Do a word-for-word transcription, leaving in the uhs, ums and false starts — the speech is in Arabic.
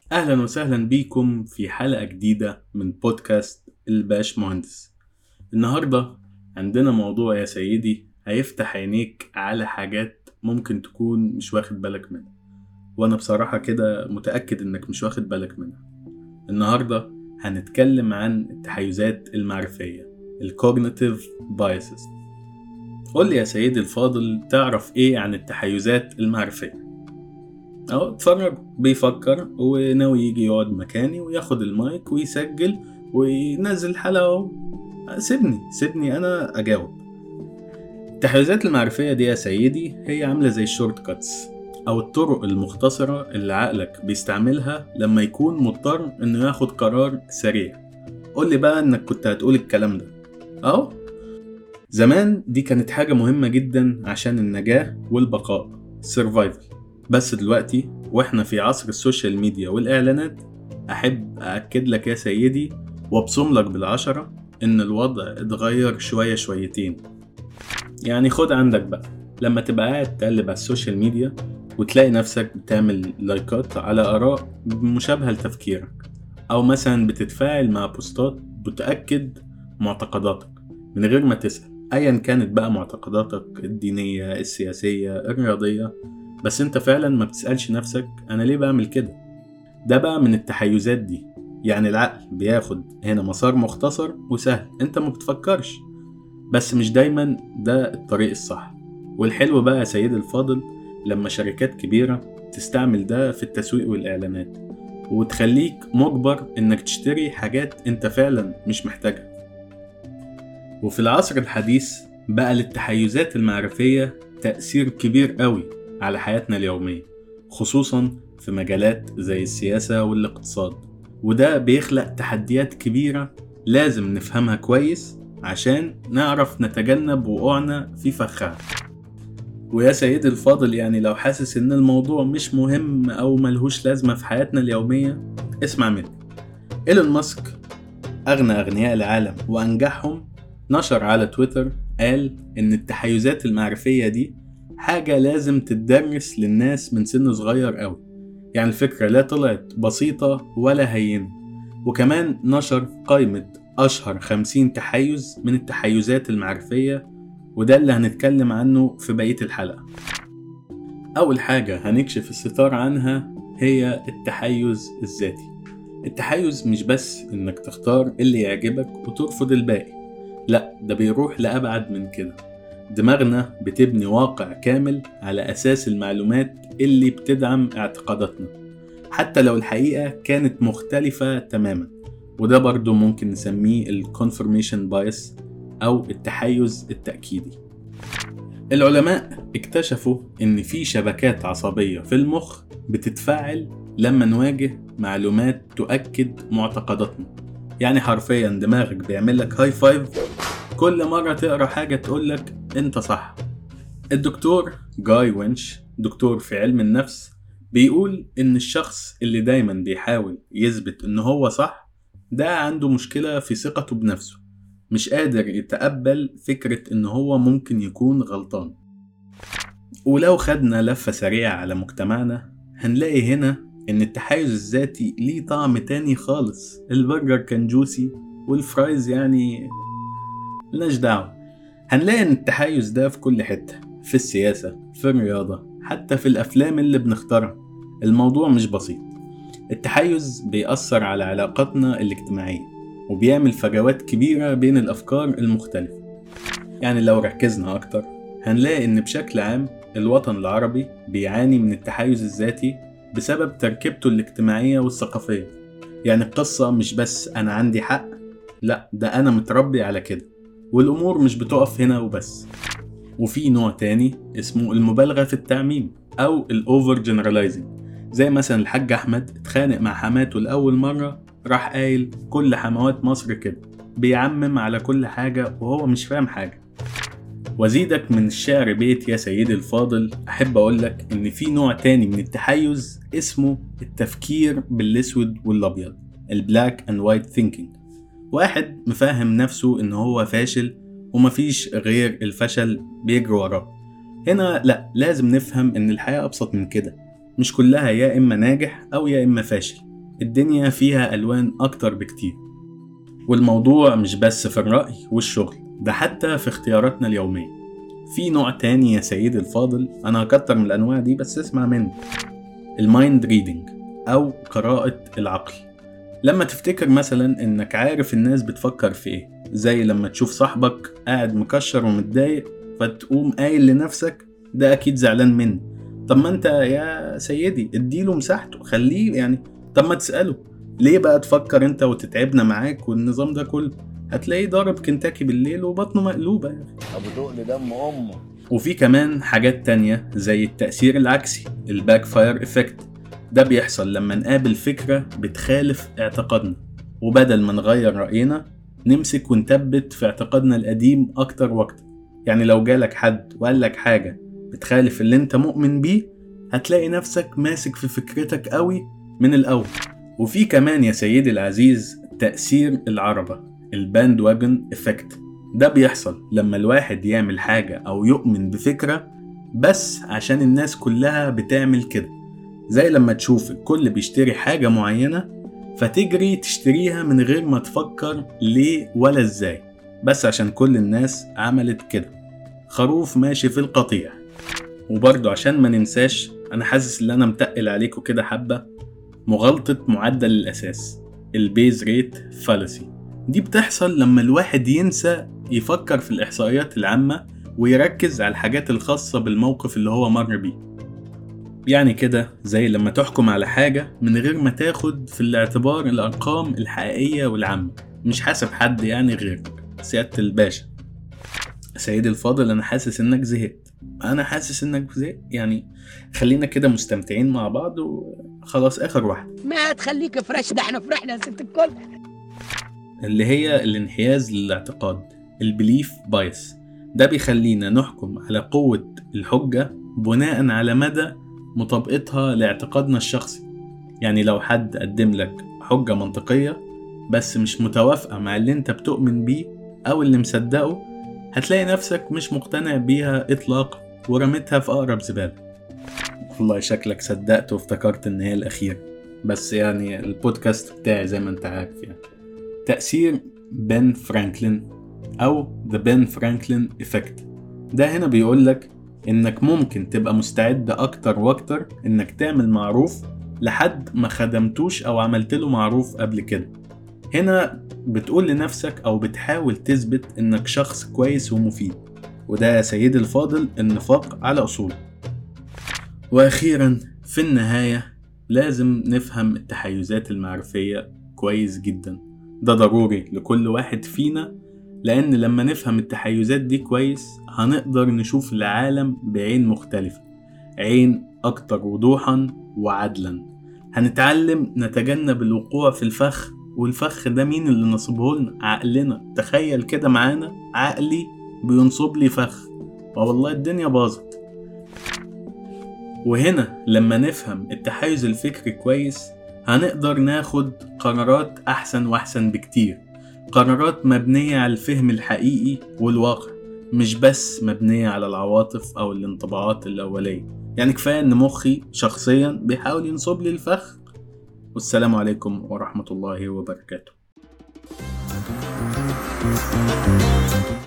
أهلا وسهلا بيكم في حلقة جديدة من بودكاست الباش مهندس. النهاردة عندنا موضوع يا سيدي هيفتح عينيك على حاجات ممكن تكون مش واخد بالك منها، وأنا بصراحة كده متأكد إنك مش واخد بالك منها. النهاردة هنتكلم عن التحيزات المعرفية ال Cognitive Biases. قول لي يا سيدي الفاضل، تعرف إيه عن التحيزات المعرفية؟ اهو اتفرج بيفكر وناوي يجي يقعد مكاني وياخد المايك ويسجل وينزل حلقة. سيبني سيبني انا اجاوب. التحيزات المعرفية دي يا سيدي هي عاملة زي الشورت كاتس او الطرق المختصرة اللي عقلك بيستعملها لما يكون مضطر انه ياخد قرار سريع. قول لي بقى انك كنت هتقول الكلام ده. اهو زمان دي كانت حاجة مهمة جدا عشان النجاة والبقاء، survival. بس دلوقتي واحنا في عصر السوشيال ميديا والإعلانات، أحب أأكد لك يا سيدي وابصم لك بالعشرة إن الوضع اتغير شوية شويتين. يعني خد عندك بقى، لما تبقى قاعد تقلب على السوشيال ميديا وتلاقي نفسك بتعمل لايكات على آراء مشابهة لتفكيرك، أو مثلا بتتفاعل مع بوستات بتأكد معتقداتك من غير ما تسأل أيا كانت بقى معتقداتك الدينية السياسية الرياضية، بس انت فعلا ما بتسألش نفسك انا ليه بعمل كده. ده بقى من التحيزات دي. يعني العقل بياخد هنا مسار مختصر وسهل، انت ما بتفكرش، بس مش دايما ده الطريق الصح. والحلو بقى يا سيدي الفاضل لما شركات كبيرة تستعمل ده في التسويق والإعلانات وتخليك مجبر انك تشتري حاجات انت فعلا مش محتاجها. وفي العصر الحديث بقى للتحيزات المعرفية تأثير كبير قوي على حياتنا اليومية، خصوصا في مجالات زي السياسة والاقتصاد، وده بيخلق تحديات كبيرة لازم نفهمها كويس عشان نعرف نتجنب وقوعنا في فخها. ويا سيدي الفاضل، يعني لو حاسس ان الموضوع مش مهم او ملهوش لازمة في حياتنا اليومية، اسمع مني. إيلون ماسك أغنى أغنياء العالم وأنجحهم نشر على تويتر قال إن التحيزات المعرفية دي حاجة لازم تدرس للناس من سن صغير قوي. يعني الفكرة لا طلعت بسيطة ولا هينة. وكمان نشر قائمة أشهر خمسين تحيز من التحيزات المعرفية، وده اللي هنتكلم عنه في بقية الحلقة. أول حاجة هنكشف الستار عنها هي التحيز الذاتي. التحيز مش بس إنك تختار اللي يعجبك وترفض الباقي، لأ، ده بيروح لأبعد من كده. دماغنا بتبني واقع كامل على أساس المعلومات اللي بتدعم اعتقاداتنا، حتى لو الحقيقة كانت مختلفة تماما. وده برضو ممكن نسميه ال confirmation bias أو التحيز التأكيدي. العلماء اكتشفوا إن في شبكات عصبية في المخ بتتفاعل لما نواجه معلومات تؤكد معتقداتنا. يعني حرفيا دماغك بيعملك هاي فايف كل مرة تقرأ حاجة تقولك انت صح. الدكتور جاي وينش، دكتور في علم النفس، بيقول ان الشخص اللي دايما بيحاول يثبت ان هو صح ده عنده مشكلة في ثقته بنفسه، مش قادر يتقبل فكرة ان هو ممكن يكون غلطان. ولو خدنا لفة سريعة على مجتمعنا هنلاقي هنا ان التحيز الذاتي ليه طعم تاني خالص. البرجر كان جوسي والفرايز يعني لناش دعوة. هنلاقي ان التحيز ده في كل حتة، في السياسة، في الرياضة، حتى في الافلام اللي بنختارها. الموضوع مش بسيط. التحيز بيأثر على علاقاتنا الاجتماعية وبيعمل فجوات كبيرة بين الافكار المختلفة. يعني لو ركزنا اكتر هنلاقي ان بشكل عام الوطن العربي بيعاني من التحيز الذاتي بسبب تركيبته الاجتماعية والثقافية. يعني القصة مش بس انا عندي حق، لا، ده انا متربي على كده. والامور مش بتقف هنا وبس. وفي نوع تاني اسمه المبالغة في التعميم او الاوفر جنرالايزنج. زي مثلا الحاج احمد اتخانق مع حماته لاول مرة، راح قايل كل حموات مصر كده، بيعمم على كل حاجة وهو مش فاهم حاجة. وزيدك من الشعر بيت يا سيدي الفاضل، أحب أقولك إن في نوع تاني من التحيز اسمه التفكير بالأسود والأبيض، البلاك and white thinking. واحد مفاهم نفسه إن هو فاشل ومفيش غير الفشل بيجري وراه. هنا لأ، لازم نفهم إن الحياة أبسط من كده، مش كلها يا إما ناجح أو يا إما فاشل. الدنيا فيها ألوان أكتر بكتير. والموضوع مش بس في الرأي والشغل، ده حتى في اختياراتنا اليومية. في نوع تاني يا سيدي الفاضل، أنا هكتر من الأنواع دي بس اسمع مني، المايند ريدنج أو قراءة العقل. لما تفتكر مثلا إنك عارف الناس بتفكر في إيه، زي لما تشوف صاحبك قاعد مكشر ومتضايق فتقوم قايل لنفسك ده أكيد زعلان مني. طب ما أنت يا سيدي اديله مساحته، خليه يعني. طب ما تسأله ليه بقى تفكر أنت وتتعبنا معاك والنظام ده كله؟ هتلاقيه ضارب كنتاكي بالليل وبطنه مقلوبة يا أخي. أبو تقل دم أمه. وفي كمان حاجات تانية زي التأثير العكسي، الباك فاير إفكت. ده بيحصل لما نقابل فكرة بتخالف اعتقادنا، وبدل ما نغير رأينا نمسك ونثبت في اعتقادنا القديم أكتر وأكتر. يعني لو جالك حد وقال لك حاجة بتخالف اللي انت مؤمن بيه، هتلاقي نفسك ماسك في فكرتك قوي من الأول. وفي كمان يا سيدي العزيز تأثير العربة، الباند واجن إفكت. ده بيحصل لما الواحد يعمل حاجة أو يؤمن بفكرة بس عشان الناس كلها بتعمل كده. زي لما تشوف الكل بيشتري حاجة معينة فتجري تشتريها من غير ما تفكر ليه ولا ازاي، بس عشان كل الناس عملت كده. خروف ماشي في القطيع. وبرضو عشان ما ننساش، أنا حاسس ان أنا متقل عليكم كده حبة، مغالطة معدل الأساس، البيز ريت فالسي. دي بتحصل لما الواحد ينسى يفكر في الإحصائيات العامة ويركز على الحاجات الخاصة بالموقف اللي هو مر بيه. يعني كده زي لما تحكم على حاجة من غير ما تاخد في الاعتبار الأرقام الحقيقية والعامة، مش حاسب حد يعني غيرك. سيادة الباشا، سيدي الفاضل، أنا حاسس إنك زهقت. أنا حاسس إنك زهقت، يعني خلينا كده مستمتعين مع بعض وخلاص. آخر واحدة، ما تخليك فرش، ده احنا فرحنا يا ست الكل، اللي هي الانحياز للاعتقاد، البليف بايس. ده بيخلينا نحكم على قوة الحجة بناء على مدى مطابقتها لاعتقادنا الشخصي. يعني لو حد قدم لك حجة منطقية بس مش متوافقة مع اللي انت بتؤمن بيه او اللي مصدقه، هتلاقي نفسك مش مقتنع بيها اطلاقا ورمتها في اقرب زبالة. والله شكلك صدقت وافتكرت ان هي الاخيرة، بس يعني البودكاست بتاعي زي ما انت عارف. يعني تأثير بن فرانكلين او The Ben Franklin Effect. ده هنا بيقولك انك ممكن تبقى مستعد اكتر واكتر انك تعمل معروف لحد ما خدمتوش او عملت له معروف قبل كده. هنا بتقول لنفسك او بتحاول تثبت انك شخص كويس ومفيد، وده يا سيدي الفاضل النفاق على اصوله. واخيرا في النهاية لازم نفهم التحيزات المعرفية كويس جدا. ده ضروري لكل واحد فينا، لأن لما نفهم التحيزات دي كويس هنقدر نشوف العالم بعين مختلفة، عين أكتر وضوحا وعدلا. هنتعلم نتجنب الوقوع في الفخ، والفخ ده مين اللي نصبه لنا؟ عقلنا. تخيل كده معانا، عقلي بينصب لي فخ، والله الدنيا باظت. وهنا لما نفهم التحيز الفكري كويس هنقدر ناخد قرارات أحسن وأحسن بكتير، قرارات مبنية على الفهم الحقيقي والواقع، مش بس مبنية على العواطف أو الانطباعات الأولية. يعني كفاية إن مخي شخصيا بيحاول ينصب لي الفخ. والسلام عليكم ورحمة الله وبركاته.